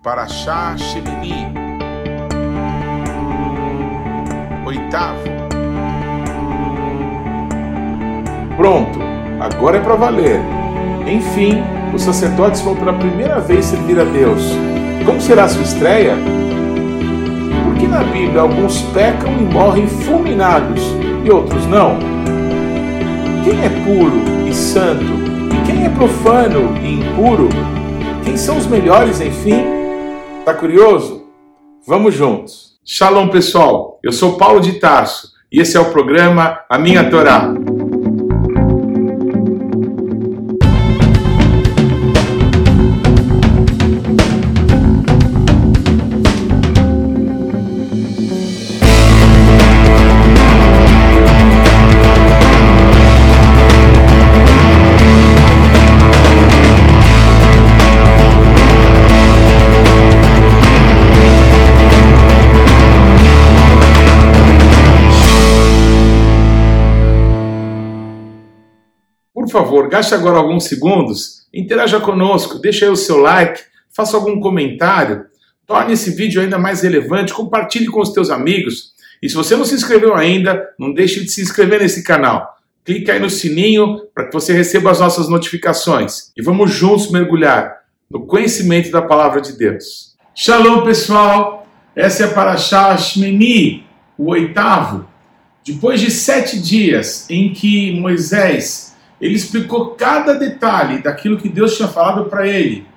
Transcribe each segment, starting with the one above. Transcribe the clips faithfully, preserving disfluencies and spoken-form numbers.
Parashá Shemini, oitavo. Pronto, agora é para valer. Enfim, os sacerdotes vão pela primeira vez servir a Deus. Como será a sua estreia? Por que na Bíblia alguns pecam e morrem fulminados e outros não? Quem é puro e santo? E quem é profano e impuro? Quem são os melhores, enfim? Tá curioso? Vamos juntos. Shalom, pessoal. Eu sou Paulo de Tarso e esse é o programa A Minha Torá. Por favor, gaste agora alguns segundos, interaja conosco, deixe aí o seu like, faça algum comentário, torne esse vídeo ainda mais relevante, compartilhe com os teus amigos. E se você não se inscreveu ainda, não deixe de se inscrever nesse canal. Clique aí no sininho para que você receba as nossas notificações. E vamos juntos mergulhar no conhecimento da Palavra de Deus. Shalom, pessoal! Essa é a Parashá Shemini, o oitavo. Depois de sete dias em que Moisés ele explicou cada detalhe daquilo que Deus tinha falado para ele,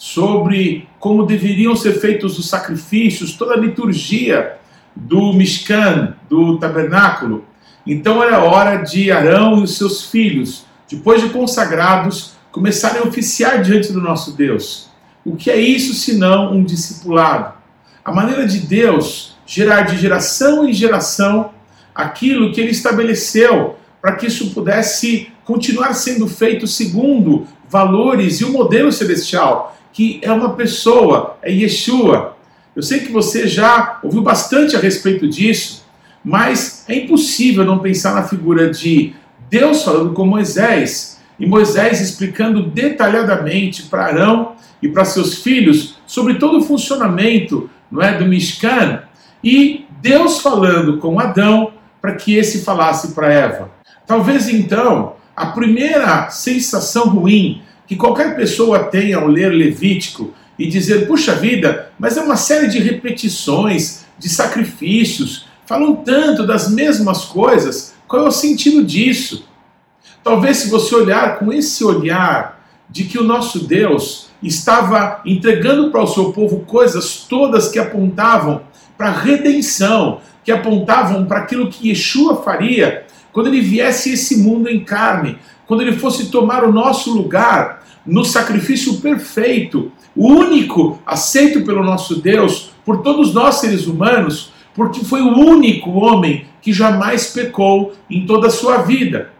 sobre como deveriam ser feitos os sacrifícios, toda a liturgia do Mishkan, do tabernáculo. Então era hora de Arão e os seus filhos, depois de consagrados, começarem a oficiar diante do nosso Deus. O que é isso senão um discipulado? A maneira de Deus gerar de geração em geração aquilo que ele estabeleceu para que isso pudesse continuar sendo feito segundo valores e o modelo celestial, que é uma pessoa, é Yeshua. Eu sei que você já ouviu bastante a respeito disso, mas é impossível não pensar na figura de Deus falando com Moisés, e Moisés explicando detalhadamente para Arão e para seus filhos sobre todo o funcionamento, não é, do Mishkan, e Deus falando com Adão para que esse falasse para Eva. Talvez então a primeira sensação ruim que qualquer pessoa tem ao ler Levítico e dizer, puxa vida, mas é uma série de repetições, de sacrifícios, falam tanto das mesmas coisas, qual é o sentido disso? Talvez se você olhar com esse olhar de que o nosso Deus estava entregando para o seu povo coisas todas que apontavam para a redenção, que apontavam para aquilo que Yeshua faria, quando ele viesse esse mundo em carne, quando ele fosse tomar o nosso lugar no sacrifício perfeito, o único aceito pelo nosso Deus, por todos nós seres humanos, porque foi o único homem que jamais pecou em toda a sua vida.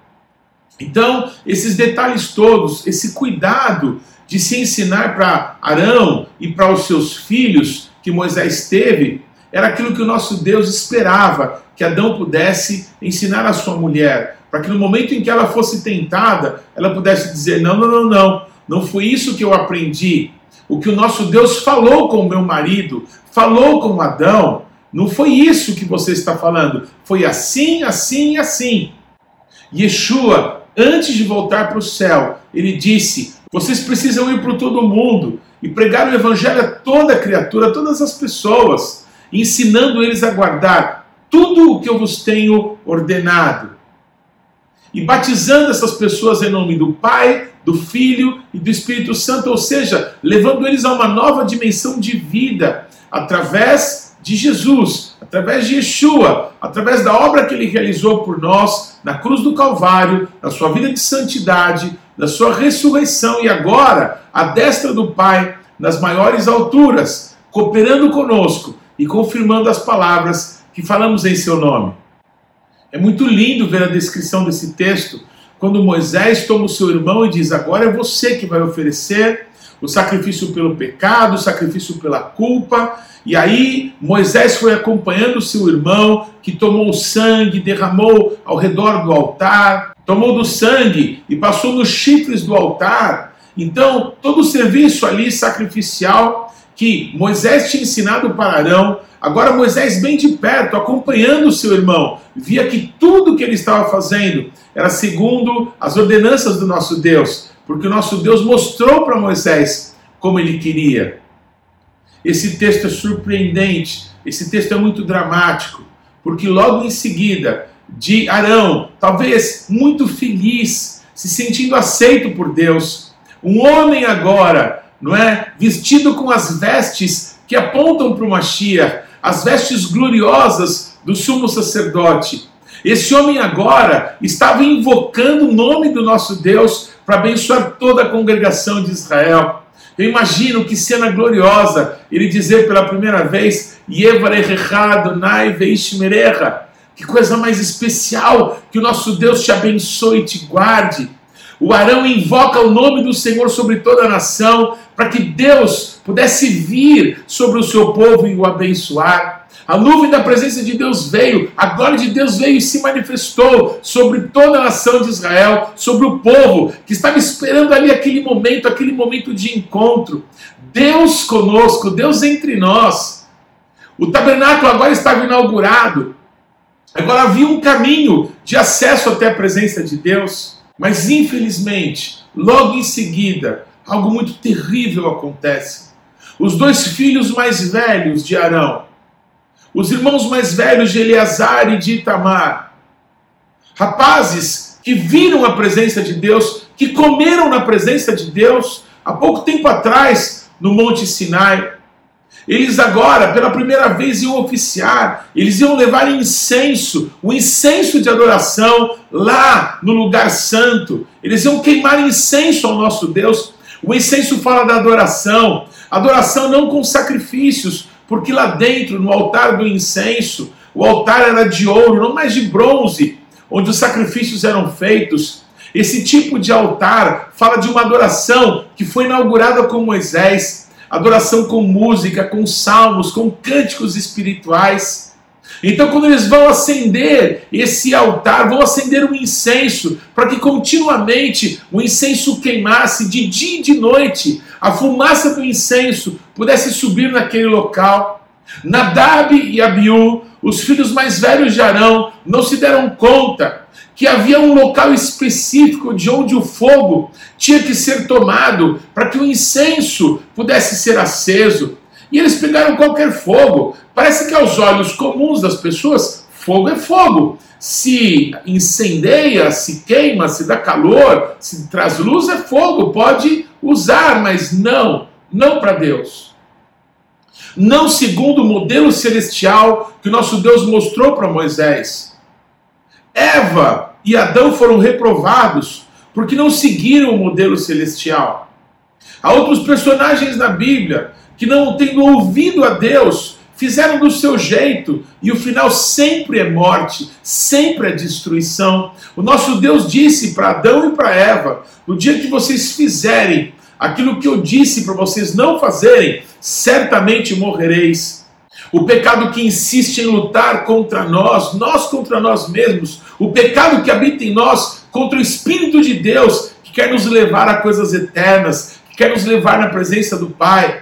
Então, esses detalhes todos, esse cuidado de se ensinar para Arão e para os seus filhos que Moisés teve, era aquilo que o nosso Deus esperava que Adão pudesse ensinar à sua mulher, para que no momento em que ela fosse tentada, ela pudesse dizer, não, não, não, não, não foi isso que eu aprendi. O que o nosso Deus falou com o meu marido, falou com Adão, não foi isso que você está falando, foi assim, assim e assim. Yeshua, antes de voltar para o céu, ele disse, vocês precisam ir para todo mundo e pregar o evangelho a toda criatura, a todas as pessoas, ensinando eles a guardar tudo o que eu vos tenho ordenado. E batizando essas pessoas em nome do Pai, do Filho e do Espírito Santo, ou seja, levando eles a uma nova dimensão de vida, através de Jesus, através de Yeshua, através da obra que ele realizou por nós, na cruz do Calvário, na sua vida de santidade, na sua ressurreição e agora, à destra do Pai, nas maiores alturas, cooperando conosco e confirmando as palavras que falamos em seu nome. É muito lindo ver a descrição desse texto, quando Moisés toma o seu irmão e diz, agora é você que vai oferecer o sacrifício pelo pecado, o sacrifício pela culpa, e aí Moisés foi acompanhando o seu irmão, que tomou o sangue, derramou ao redor do altar, tomou do sangue e passou nos chifres do altar. Então, todo o serviço ali sacrificial que Moisés tinha ensinado para Arão. Agora Moisés, bem de perto, acompanhando o seu irmão, via que tudo que ele estava fazendo era segundo as ordenanças do nosso Deus, porque o nosso Deus mostrou para Moisés como ele queria. Esse texto é surpreendente, esse texto é muito dramático, porque logo em seguida de Arão, talvez muito feliz, se sentindo aceito por Deus, um homem agora, não é, vestido com as vestes que apontam para o Mashiach, as vestes gloriosas do sumo sacerdote. Esse homem agora estava invocando o nome do nosso Deus para abençoar toda a congregação de Israel. Eu imagino que cena gloriosa, ele dizer pela primeira vez, Yevarechecha Adonai veishmerecha. Que coisa mais especial, que o nosso Deus te abençoe e te guarde. O Arão invoca o nome do Senhor sobre toda a nação, para que Deus pudesse vir sobre o seu povo e o abençoar. A nuvem da presença de Deus veio, a glória de Deus veio e se manifestou sobre toda a nação de Israel, sobre o povo que estava esperando ali aquele momento, aquele momento de encontro. Deus conosco, Deus entre nós. O tabernáculo agora estava inaugurado. Agora havia um caminho de acesso até a presença de Deus, mas infelizmente, logo em seguida, algo muito terrível acontece. Os dois filhos mais velhos de Arão, os irmãos mais velhos de Eleazar e de Itamar, rapazes que viram a presença de Deus, que comeram na presença de Deus há pouco tempo atrás no Monte Sinai. Eles agora, pela primeira vez, iam oficiar, eles iam levar incenso, o incenso de adoração lá no lugar santo. Eles iam queimar incenso ao nosso Deus. O incenso fala da adoração, adoração não com sacrifícios, porque lá dentro, no altar do incenso, o altar era de ouro, não mais de bronze, onde os sacrifícios eram feitos. Esse tipo de altar fala de uma adoração que foi inaugurada com Moisés, adoração com música, com salmos, com cânticos espirituais. Então, quando eles vão acender esse altar, vão acender um incenso, para que continuamente o incenso queimasse de dia e de noite, a fumaça do incenso pudesse subir naquele local. Nadab e Abiú, os filhos mais velhos de Arão, não se deram conta que havia um local específico de onde o fogo tinha que ser tomado para que o incenso pudesse ser aceso. E eles pegaram qualquer fogo. Parece que aos olhos comuns das pessoas, fogo é fogo. Se incendeia, se queima, se dá calor, se traz luz, é fogo. Pode usar, mas não, não para Deus. Não segundo o modelo celestial que o nosso Deus mostrou para Moisés. Eva e Adão foram reprovados porque não seguiram o modelo celestial. Há outros personagens na Bíblia que, não tendo ouvido a Deus, fizeram do seu jeito, e o final sempre é morte, sempre é destruição. O nosso Deus disse para Adão e para Eva: no dia que vocês fizerem aquilo que eu disse para vocês não fazerem, certamente morrereis. O pecado que insiste em lutar contra nós, nós contra nós mesmos, o pecado que habita em nós contra o Espírito de Deus, que quer nos levar a coisas eternas, que quer nos levar na presença do Pai.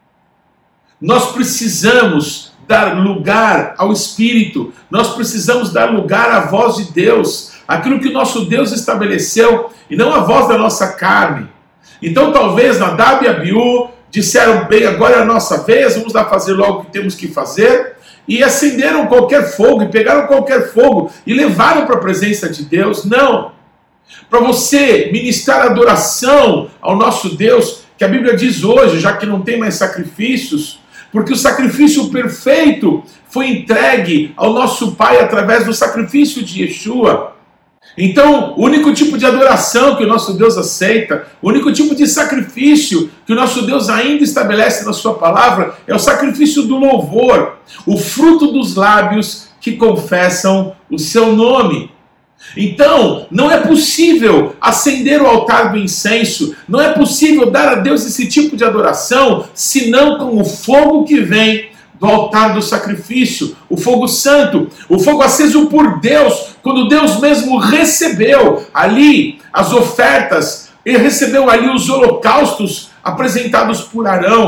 Nós precisamos dar lugar ao Espírito, nós precisamos dar lugar à voz de Deus, aquilo que o nosso Deus estabeleceu, e não a voz da nossa carne. Então talvez Nadab e Abiú disseram: bem, agora é a nossa vez, vamos lá fazer logo o que temos que fazer, e acenderam qualquer fogo, e pegaram qualquer fogo, e levaram para a presença de Deus. Não! Para você ministrar adoração ao nosso Deus, que a Bíblia diz hoje, já que não tem mais sacrifícios, porque o sacrifício perfeito foi entregue ao nosso Pai através do sacrifício de Yeshua. Então, o único tipo de adoração que o nosso Deus aceita, o único tipo de sacrifício que o nosso Deus ainda estabelece na sua palavra, é o sacrifício do louvor, o fruto dos lábios que confessam o seu nome. Então, não é possível acender o altar do incenso, não é possível dar a Deus esse tipo de adoração, senão com o fogo que vem do altar do sacrifício, o fogo santo, o fogo aceso por Deus, quando Deus mesmo recebeu ali as ofertas, ele recebeu ali os holocaustos apresentados por Arão.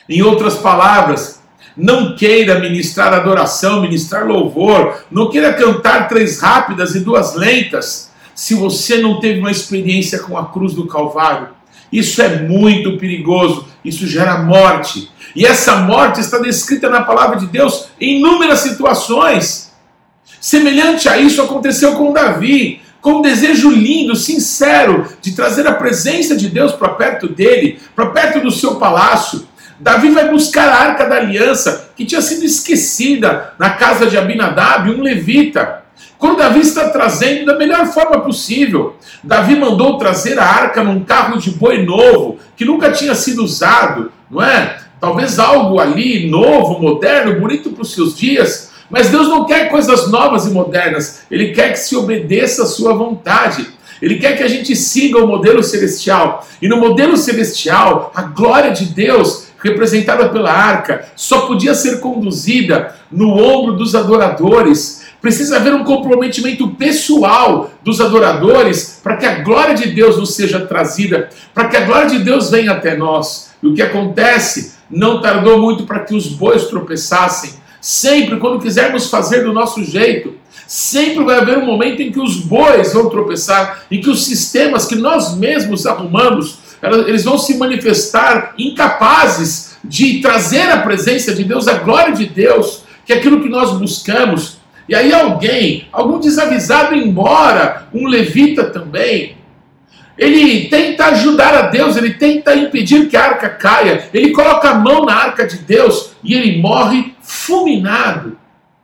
Em outras palavras, não queira ministrar adoração, ministrar louvor, não queira cantar três rápidas e duas lentas, se você não teve uma experiência com a cruz do Calvário. Isso é muito perigoso, isso gera morte. E essa morte está descrita na palavra de Deus em inúmeras situações. Semelhante a isso aconteceu com Davi, com um desejo lindo, sincero, de trazer a presença de Deus para perto dele, para perto do seu palácio. Davi vai buscar a Arca da Aliança, que tinha sido esquecida na casa de Abinadab, um levita. Quando Davi está trazendo da melhor forma possível, Davi mandou trazer a arca num carro de boi novo, que nunca tinha sido usado, não é? Talvez algo ali novo, moderno, bonito para os seus dias, mas Deus não quer coisas novas e modernas, Ele quer que se obedeça à sua vontade. Ele quer que a gente siga o modelo celestial. E no modelo celestial, a glória de Deus, representada pela arca, só podia ser conduzida no ombro dos adoradores. Precisa haver um comprometimento pessoal dos adoradores para que a glória de Deus nos seja trazida, para que a glória de Deus venha até nós. E o que acontece? Não tardou muito para que os bois tropeçassem. Sempre, quando quisermos fazer do nosso jeito, sempre vai haver um momento em que os bois vão tropeçar, em que os sistemas que nós mesmos arrumamos, eles vão se manifestar incapazes de trazer a presença de Deus, a glória de Deus, que é aquilo que nós buscamos. E aí alguém, algum desavisado embora, um levita também, ele tenta ajudar a Deus, ele tenta impedir que a arca caia, ele coloca a mão na arca de Deus e ele morre fulminado.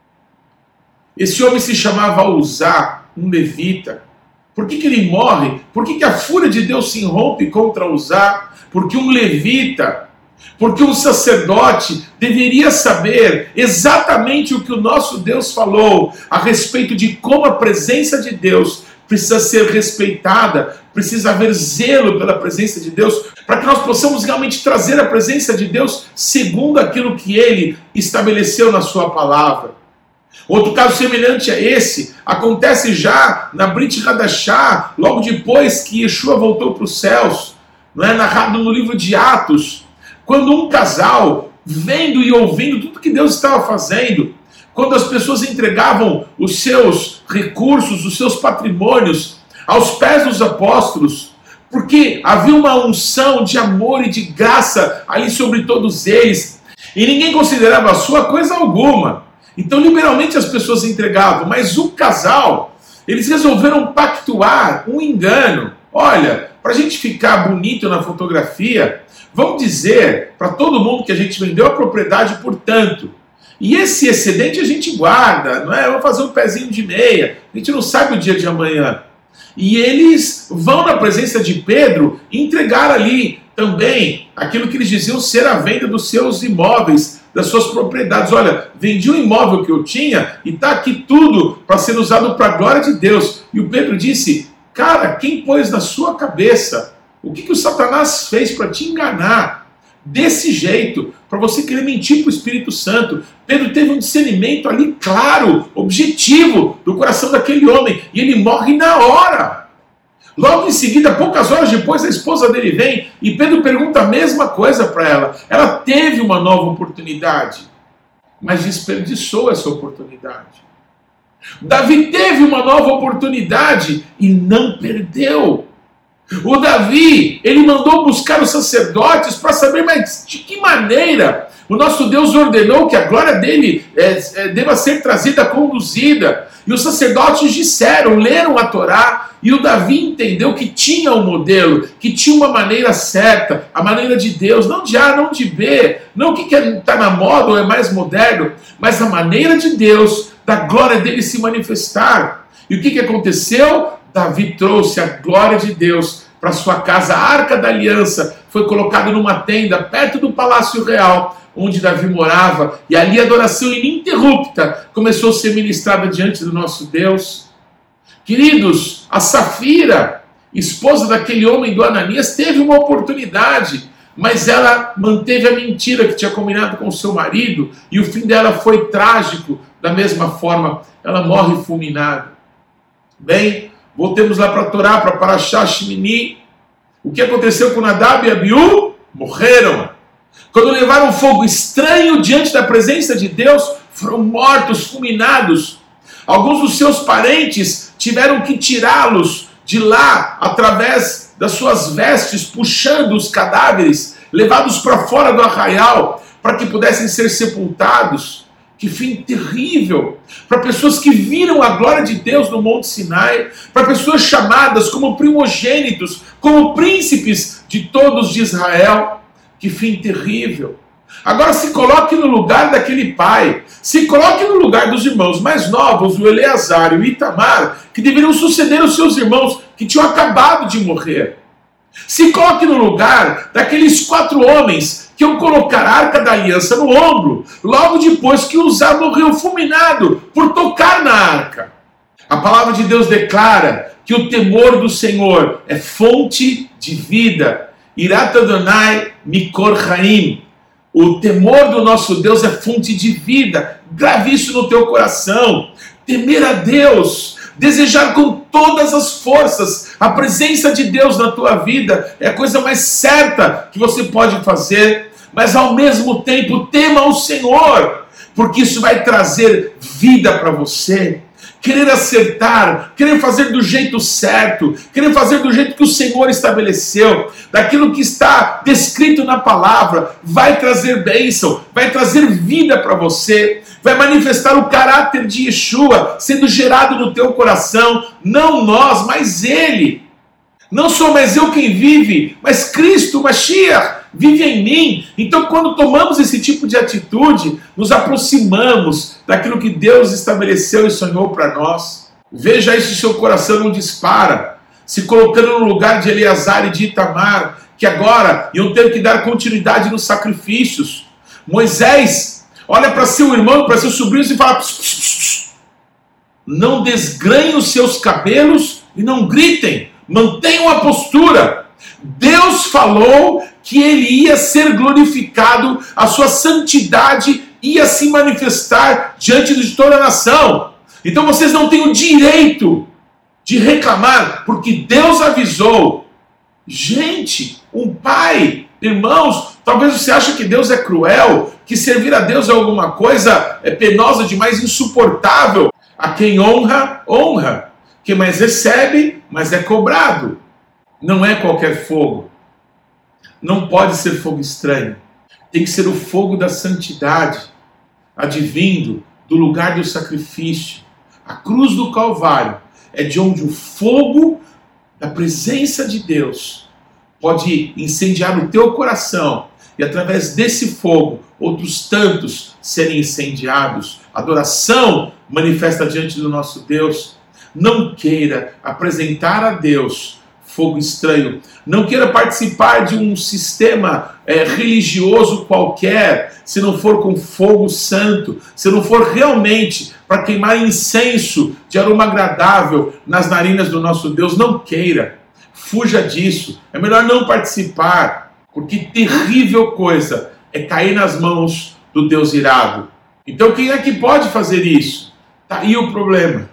Esse homem se chamava Uzá, um levita. Por que que ele morre? Por que que a fúria de Deus se irrompe contra Uzá? Porque um levita, porque um sacerdote deveria saber exatamente o que o nosso Deus falou a respeito de como a presença de Deus precisa ser respeitada, precisa haver zelo pela presença de Deus, para que nós possamos realmente trazer a presença de Deus segundo aquilo que Ele estabeleceu na sua palavra. Outro caso semelhante a esse acontece já na Brit Hadashah, logo depois que Yeshua voltou para os céus, não é narrado no livro de Atos, quando um casal, vendo e ouvindo tudo que Deus estava fazendo, quando as pessoas entregavam os seus recursos, os seus patrimônios aos pés dos apóstolos, porque havia uma unção de amor e de graça ali sobre todos eles, e ninguém considerava a sua coisa alguma. Então, liberalmente as pessoas entregavam, mas o casal, eles resolveram pactuar um engano. Olha, para a gente ficar bonito na fotografia, vamos dizer para todo mundo que a gente vendeu a propriedade por tanto. E esse excedente a gente guarda, não é? Vamos fazer um pezinho de meia, a gente não sabe o dia de amanhã. E eles vão na presença de Pedro entregar ali também aquilo que eles diziam ser a venda dos seus imóveis, das suas propriedades. Olha, vendi um imóvel que eu tinha e está aqui tudo para ser usado para a glória de Deus. E o Pedro disse, cara, quem pôs na sua cabeça? O que, que o Satanás fez para te enganar? Desse jeito, para você querer mentir para o Espírito Santo. Pedro teve um discernimento ali claro, objetivo do coração daquele homem, e ele morre na hora. Logo em seguida, poucas horas depois, a esposa dele vem e Pedro pergunta a mesma coisa para ela. Ela teve uma nova oportunidade, mas desperdiçou essa oportunidade. Davi teve uma nova oportunidade e não perdeu. O Davi, ele mandou buscar os sacerdotes para saber, mas de que maneira o nosso Deus ordenou que a glória dele é, é, deva ser trazida, conduzida. E os sacerdotes disseram, leram a Torá, e o Davi entendeu que tinha um modelo, que tinha uma maneira certa, a maneira de Deus, não de A, não de B, não o que está na moda ou é mais moderno, mas a maneira de Deus, da glória dele se manifestar. E o que, que aconteceu? Davi trouxe a glória de Deus para sua casa, a Arca da Aliança foi colocada numa tenda perto do Palácio Real, onde Davi morava, e ali a adoração ininterrupta começou a ser ministrada diante do nosso Deus. Queridos, a Safira, esposa daquele homem do Ananias, teve uma oportunidade, mas ela manteve a mentira que tinha combinado com o seu marido, e o fim dela foi trágico, da mesma forma, ela morre fulminada. Bem, voltemos lá para a Torá, para Parashá Shmini. O que aconteceu com Nadab e Abiú? Morreram. quando levaram fogo estranho diante da presença de Deus, foram mortos, fulminados. Alguns dos seus parentes tiveram que tirá-los de lá através das suas vestes, puxando os cadáveres, levados para fora do arraial, para que pudessem ser sepultados. Que fim terrível! Para pessoas que viram a glória de Deus no Monte Sinai, para pessoas chamadas como primogênitos, como príncipes de todos de Israel. Que fim terrível! Agora se coloque no lugar daquele pai, se coloque no lugar dos irmãos mais novos, o Eleazar e o Itamar, que deveriam suceder os seus irmãos que tinham acabado de morrer. Se coloque no lugar daqueles quatro homens que iam colocar a Arca da Aliança no ombro, logo depois que Uzá morreu fulminado por tocar na arca. A palavra de Deus declara que o temor do Senhor é fonte de vida. Irat Adonai mikor chaim. O temor do nosso Deus é fonte de vida. Grave isso no teu coração. Temer a Deus, desejar com todas as forças a presença de Deus na tua vida é a coisa mais certa que você pode fazer. Mas ao mesmo tempo tema o Senhor, porque isso vai trazer vida para você. Querer acertar, querer fazer do jeito certo, querer fazer do jeito que o Senhor estabeleceu, daquilo que está descrito na palavra, vai trazer bênção, vai trazer vida para você, vai manifestar o caráter de Yeshua sendo gerado no teu coração, não nós, mas Ele. Não sou mais eu quem vive, mas Cristo, Mashiach, vive em mim. Então, quando tomamos esse tipo de atitude, nos aproximamos daquilo que Deus estabeleceu e sonhou para nós. Veja isso, seu coração não dispara, se colocando no lugar de Eleazar e de Itamar, que agora iam ter que dar continuidade nos sacrifícios. Moisés olha para seu irmão, para seus sobrinhos e fala: pss, pss, pss, não desgranhem os seus cabelos e não gritem, mantenham a postura. Deus falou que ele ia ser glorificado, a sua santidade ia se manifestar diante de toda a nação. Então vocês não têm o direito de reclamar, porque Deus avisou. Gente, um pai, irmãos, talvez você ache que Deus é cruel, que servir a Deus é alguma coisa é penosa demais, insuportável. A quem honra, honra. Quem mais recebe, mais é cobrado. Não é qualquer fogo. Não pode ser fogo estranho. Tem que ser o fogo da santidade, advindo do lugar do sacrifício. A cruz do Calvário é de onde o fogo da presença de Deus pode incendiar o teu coração e através desse fogo outros tantos serem incendiados. Adoração manifesta diante do nosso Deus. Não queira apresentar a Deus fogo estranho. Não queira participar de um sistema é, religioso qualquer, se não for com fogo santo, se não for realmente para queimar incenso de aroma agradável nas narinas do nosso Deus. Não queira. Fuja disso. É melhor não participar, porque terrível coisa é cair nas mãos do Deus irado. Então quem é que pode fazer isso? Está aí o problema.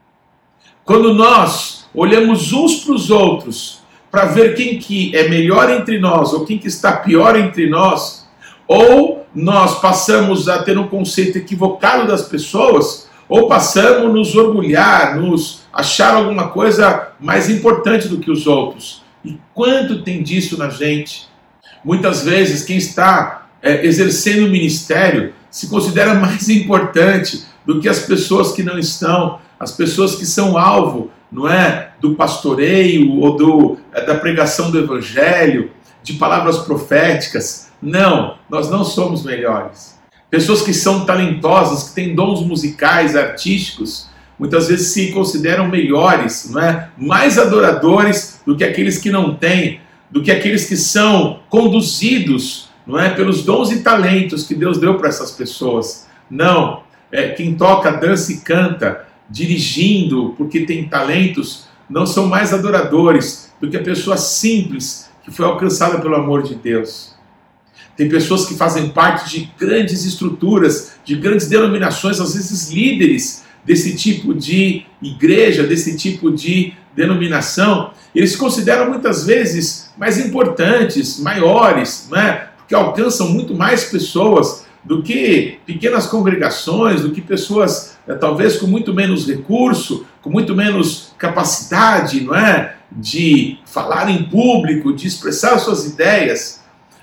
Quando nós olhamos uns para os outros para ver quem que é melhor entre nós ou quem que está pior entre nós, ou nós passamos a ter um conceito equivocado das pessoas, ou passamos a nos orgulhar, nos achar alguma coisa mais importante do que os outros. E quanto tem disso na gente? Muitas vezes quem está é, exercendo o ministério se considera mais importante do que as pessoas que não estão, as pessoas que são alvo, não é, do pastoreio ou do, é, da pregação do evangelho, de palavras proféticas. Não, nós não somos melhores. Pessoas que são talentosas, que têm dons musicais, artísticos, muitas vezes se consideram melhores, não é? Mais adoradores do que aqueles que não têm, do que aqueles que são conduzidos, não é, pelos dons e talentos que Deus deu para essas pessoas. Não, é, quem toca, dança e canta, dirigindo, porque tem talentos, não são mais adoradores do que a pessoa simples que foi alcançada pelo amor de Deus. Tem pessoas que fazem parte de grandes estruturas, de grandes denominações, às vezes líderes desse tipo de igreja, desse tipo de denominação. Eles se consideram muitas vezes mais importantes, maiores, não é? que alcançam muito mais pessoas do que pequenas congregações, do que pessoas é, talvez com muito menos recurso, com muito menos capacidade, não é, de falar em público, de expressar suas ideias.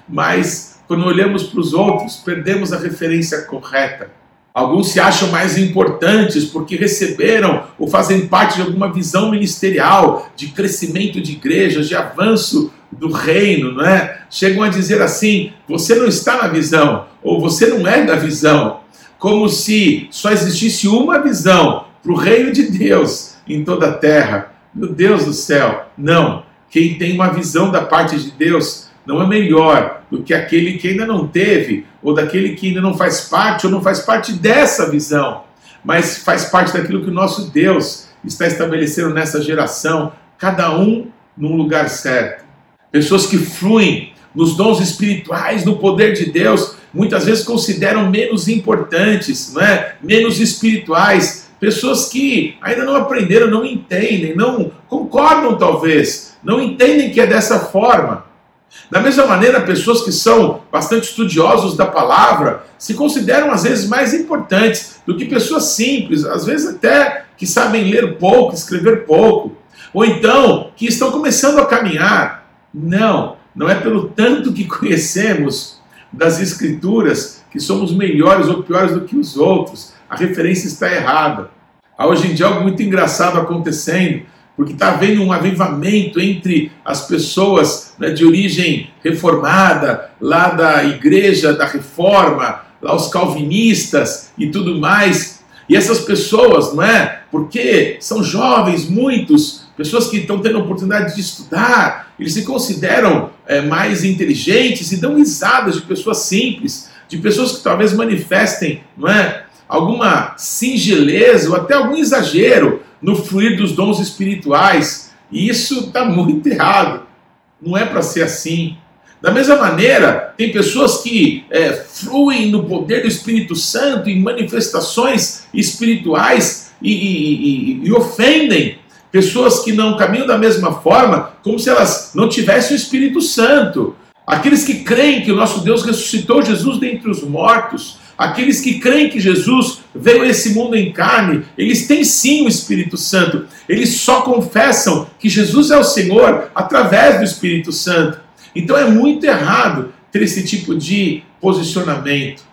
Mas quando olhamos para os outros, perdemos a referência correta. Alguns se acham mais importantes porque receberam ou fazem parte de alguma visão ministerial, de crescimento de igrejas, de avanço do reino, não é? Chegam a dizer assim, você não está na visão, ou você não é da visão, como se só existisse uma visão para o reino de Deus em toda a terra. Meu Deus do céu, não. Quem tem uma visão da parte de Deus não é melhor do que aquele que ainda não teve, ou daquele que ainda não faz parte, ou não faz parte dessa visão, mas faz parte daquilo que o nosso Deus está estabelecendo nessa geração, cada um num lugar certo. Pessoas que fluem nos dons espirituais, no poder de Deus, muitas vezes consideram menos importantes, não é? Menos espirituais, pessoas que ainda não aprenderam, não entendem, não concordam talvez, não entendem que é dessa forma. Da mesma maneira, pessoas que são bastante estudiosos da palavra se consideram às vezes mais importantes do que pessoas simples, às vezes até que sabem ler pouco, escrever pouco, ou então que estão começando a caminhar. Não, não é pelo tanto que conhecemos das Escrituras que somos melhores ou piores do que os outros. A referência está errada. Há hoje em dia algo muito engraçado acontecendo, porque está havendo um avivamento entre as pessoas, né, de origem reformada, lá da igreja da reforma, lá os calvinistas e tudo mais. E essas pessoas, não é? Porque são jovens, muitos, pessoas que estão tendo a oportunidade de estudar, eles se consideram é, mais inteligentes e dão risadas de pessoas simples, de pessoas que talvez manifestem, não é, alguma singeleza ou até algum exagero no fluir dos dons espirituais. E isso está muito errado. Não é para ser assim. Da mesma maneira, tem pessoas que é, fluem no poder do Espírito Santo em manifestações espirituais e, e, e, e ofendem pessoas que não caminham da mesma forma, como se elas não tivessem o Espírito Santo. Aqueles que creem que o nosso Deus ressuscitou Jesus dentre os mortos, aqueles que creem que Jesus veio a esse mundo em carne, eles têm sim o Espírito Santo. Eles só confessam que Jesus é o Senhor através do Espírito Santo. Então é muito errado ter esse tipo de posicionamento.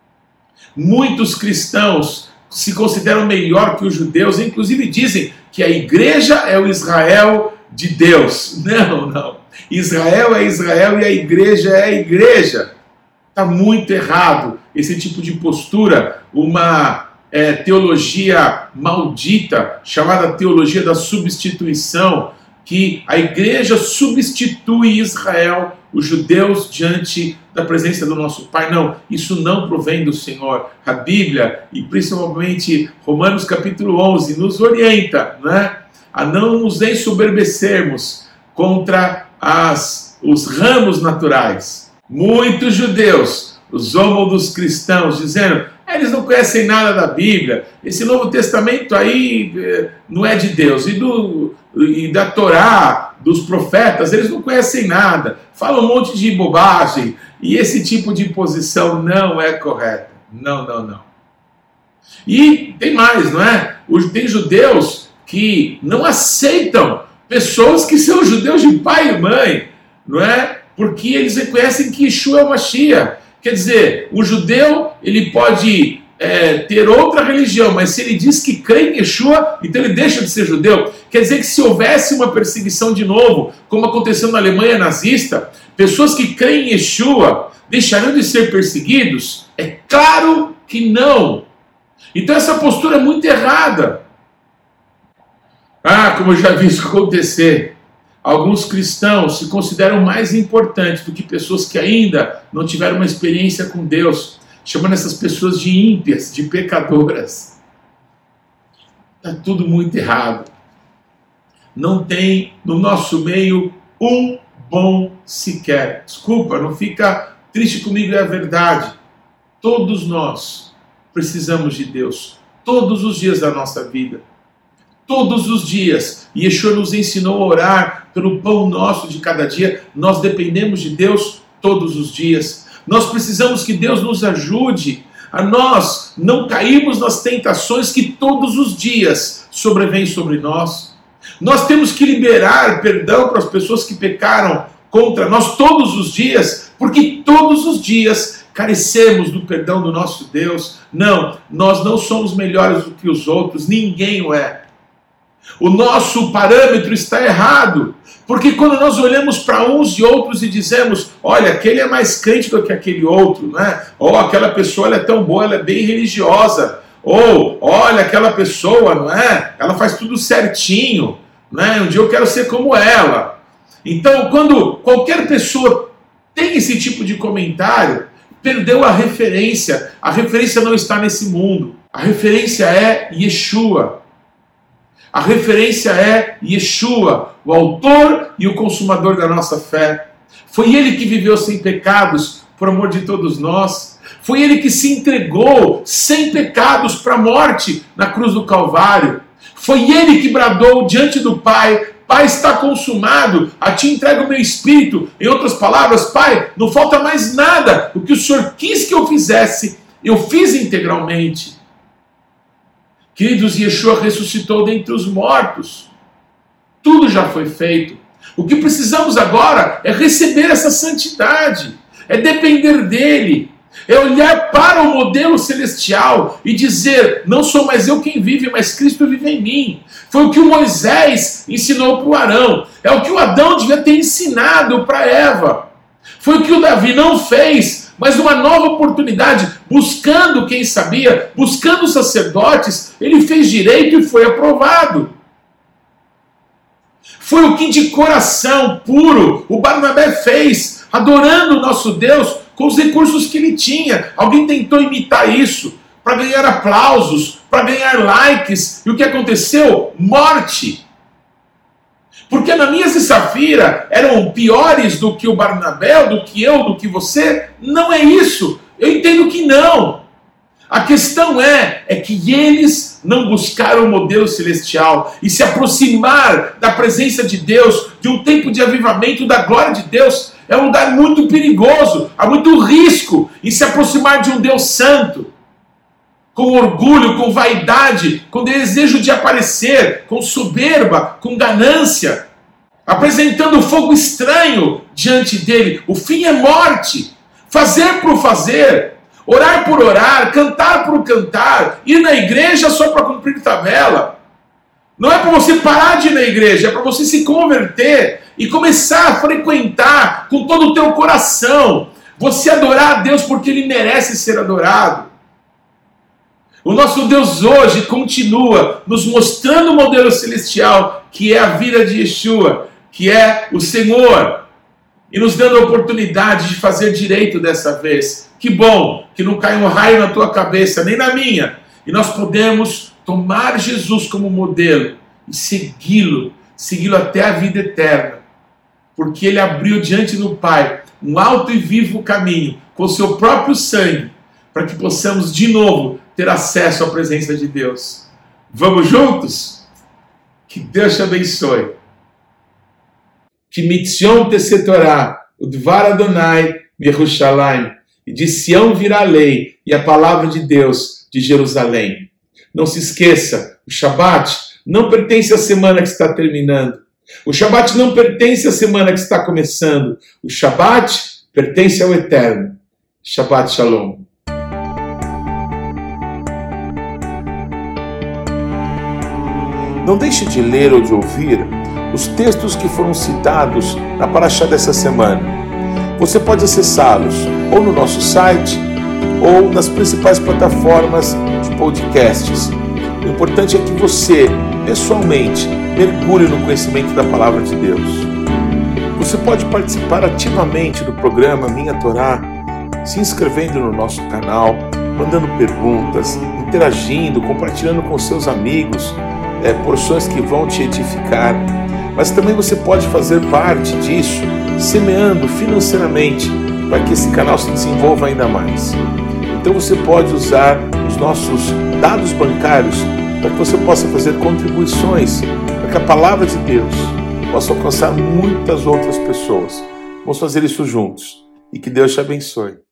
Muitos cristãos se consideram melhor que os judeus, inclusive dizem que a igreja é o Israel de Deus. Não, não. Israel é Israel e a igreja é a igreja. Está muito errado esse tipo de postura, uma é, teologia maldita, chamada teologia da substituição, que a igreja substitui Israel, os judeus, diante da presença do nosso Pai. Não, isso não provém do Senhor. A Bíblia, e principalmente Romanos capítulo onze, nos orienta, né, a não nos ensoberbecermos contra as, os ramos naturais. Muitos judeus zombam dos cristãos, dizendo, eles não conhecem nada da Bíblia, esse Novo Testamento aí não é de Deus, e, do, e da Torá, dos profetas, eles não conhecem nada, falam um monte de bobagem, e esse tipo de posição não é correta. Não, não, não. E tem mais, não é? Tem judeus que não aceitam pessoas que são judeus de pai e mãe, não é? Porque eles reconhecem que Yeshua é o Mashiach. Quer dizer, o judeu ele pode é, ter outra religião, mas se ele diz que crê em Yeshua, então ele deixa de ser judeu. Quer dizer que se houvesse uma perseguição de novo, como aconteceu na Alemanha nazista, pessoas que creem em Yeshua deixariam de ser perseguidos? É claro que não. Então essa postura é muito errada. Ah, como eu já vi isso acontecer. Alguns cristãos se consideram mais importantes do que pessoas que ainda não tiveram uma experiência com Deus, chamando essas pessoas de ímpias, de pecadoras. Está tudo muito errado. Não tem no nosso meio um bom sequer. Desculpa, não fica triste comigo, é a verdade. Todos nós precisamos de Deus, todos os dias da nossa vida. Todos os dias. E Yeshua nos ensinou a orar pelo pão nosso de cada dia. Nós dependemos de Deus todos os dias. Nós precisamos que Deus nos ajude a nós não cairmos nas tentações que todos os dias sobrevêm sobre nós. Nós temos que liberar perdão para as pessoas que pecaram contra nós todos os dias, porque todos os dias carecemos do perdão do nosso Deus. Não, nós não somos melhores do que os outros, ninguém o é. O nosso parâmetro está errado, porque quando nós olhamos para uns e outros e dizemos, olha, aquele é mais crente do que aquele outro, não é? Ou aquela pessoa ela é tão boa, ela é bem religiosa, ou olha, aquela pessoa, não é? Ela faz tudo certinho, não é? Um dia eu quero ser como ela. Então, quando qualquer pessoa tem esse tipo de comentário, perdeu a referência. A referência não está nesse mundo. A referência é Yeshua. A referência é Yeshua, o autor e o consumador da nossa fé. Foi ele que viveu sem pecados por amor de todos nós. Foi ele que se entregou sem pecados para a morte na cruz do Calvário. Foi ele que bradou diante do Pai, Pai, está consumado, a ti entrego o meu espírito. Em outras palavras, Pai, não falta mais nada. O que o Senhor quis que eu fizesse, eu fiz integralmente. Queridos, Yeshua ressuscitou dentre os mortos. Tudo já foi feito. O que precisamos agora é receber essa santidade, é depender dele, é olhar para o modelo celestial e dizer, não sou mais eu quem vive, mas Cristo vive em mim. Foi o que o Moisés ensinou para o Arão, é o que o Adão devia ter ensinado para Eva. Foi o que o Davi não fez, mas numa nova oportunidade, buscando quem sabia, buscando os sacerdotes, ele fez direito e foi aprovado. Foi o que de coração puro o Barnabé fez, adorando o nosso Deus com os recursos que ele tinha. Alguém tentou imitar isso para ganhar aplausos, para ganhar likes, e o que aconteceu? Morte. Porque Ananias e Safira eram piores do que o Barnabé, do que eu, do que você? Não é isso. Eu entendo que não. A questão é, é que eles não buscaram o modelo celestial e se aproximar da presença de Deus, de um tempo de avivamento da glória de Deus, é um lugar muito perigoso, há muito risco em se aproximar de um Deus santo, com orgulho, com vaidade, com desejo de aparecer, com soberba, com ganância, apresentando fogo estranho diante dele. O fim é morte, fazer por fazer, orar por orar, cantar por cantar, ir na igreja só para cumprir tabela. Não é para você parar de ir na igreja, é para você se converter e começar a frequentar com todo o teu coração. Você adorar a Deus porque Ele merece ser adorado. O nosso Deus hoje continua nos mostrando o modelo celestial, que é a vida de Yeshua, que é o Senhor, e nos dando a oportunidade de fazer direito dessa vez. Que bom que não cai um raio na tua cabeça, nem na minha, e nós podemos tomar Jesus como modelo e segui-lo, segui-lo até a vida eterna, porque Ele abriu diante do Pai um alto e vivo caminho, com o seu próprio sangue, para que possamos de novo ter acesso à presença de Deus. Vamos juntos? Que Deus te abençoe. Que mitzion tesetorá, udvar Adonai Yerushalayim, e de Sião virá a lei e a palavra de Deus de Jerusalém. Não se esqueça, o Shabat não pertence à semana que está terminando. O Shabat não pertence à semana que está começando. O Shabat pertence ao Eterno. Shabbat Shalom. Não deixe de ler ou de ouvir os textos que foram citados na Parashá dessa semana. Você pode acessá-los ou no nosso site ou nas principais plataformas de podcasts. O importante é que você, pessoalmente, mergulhe no conhecimento da Palavra de Deus. Você pode participar ativamente do programa Minha Torá, se inscrevendo no nosso canal, mandando perguntas, interagindo, compartilhando com seus amigos, É, porções que vão te edificar, mas também você pode fazer parte disso, semeando financeiramente, para que esse canal se desenvolva ainda mais. Então você pode usar os nossos dados bancários para que você possa fazer contribuições, para que a palavra de Deus possa alcançar muitas outras pessoas. Vamos fazer isso juntos, e que Deus te abençoe.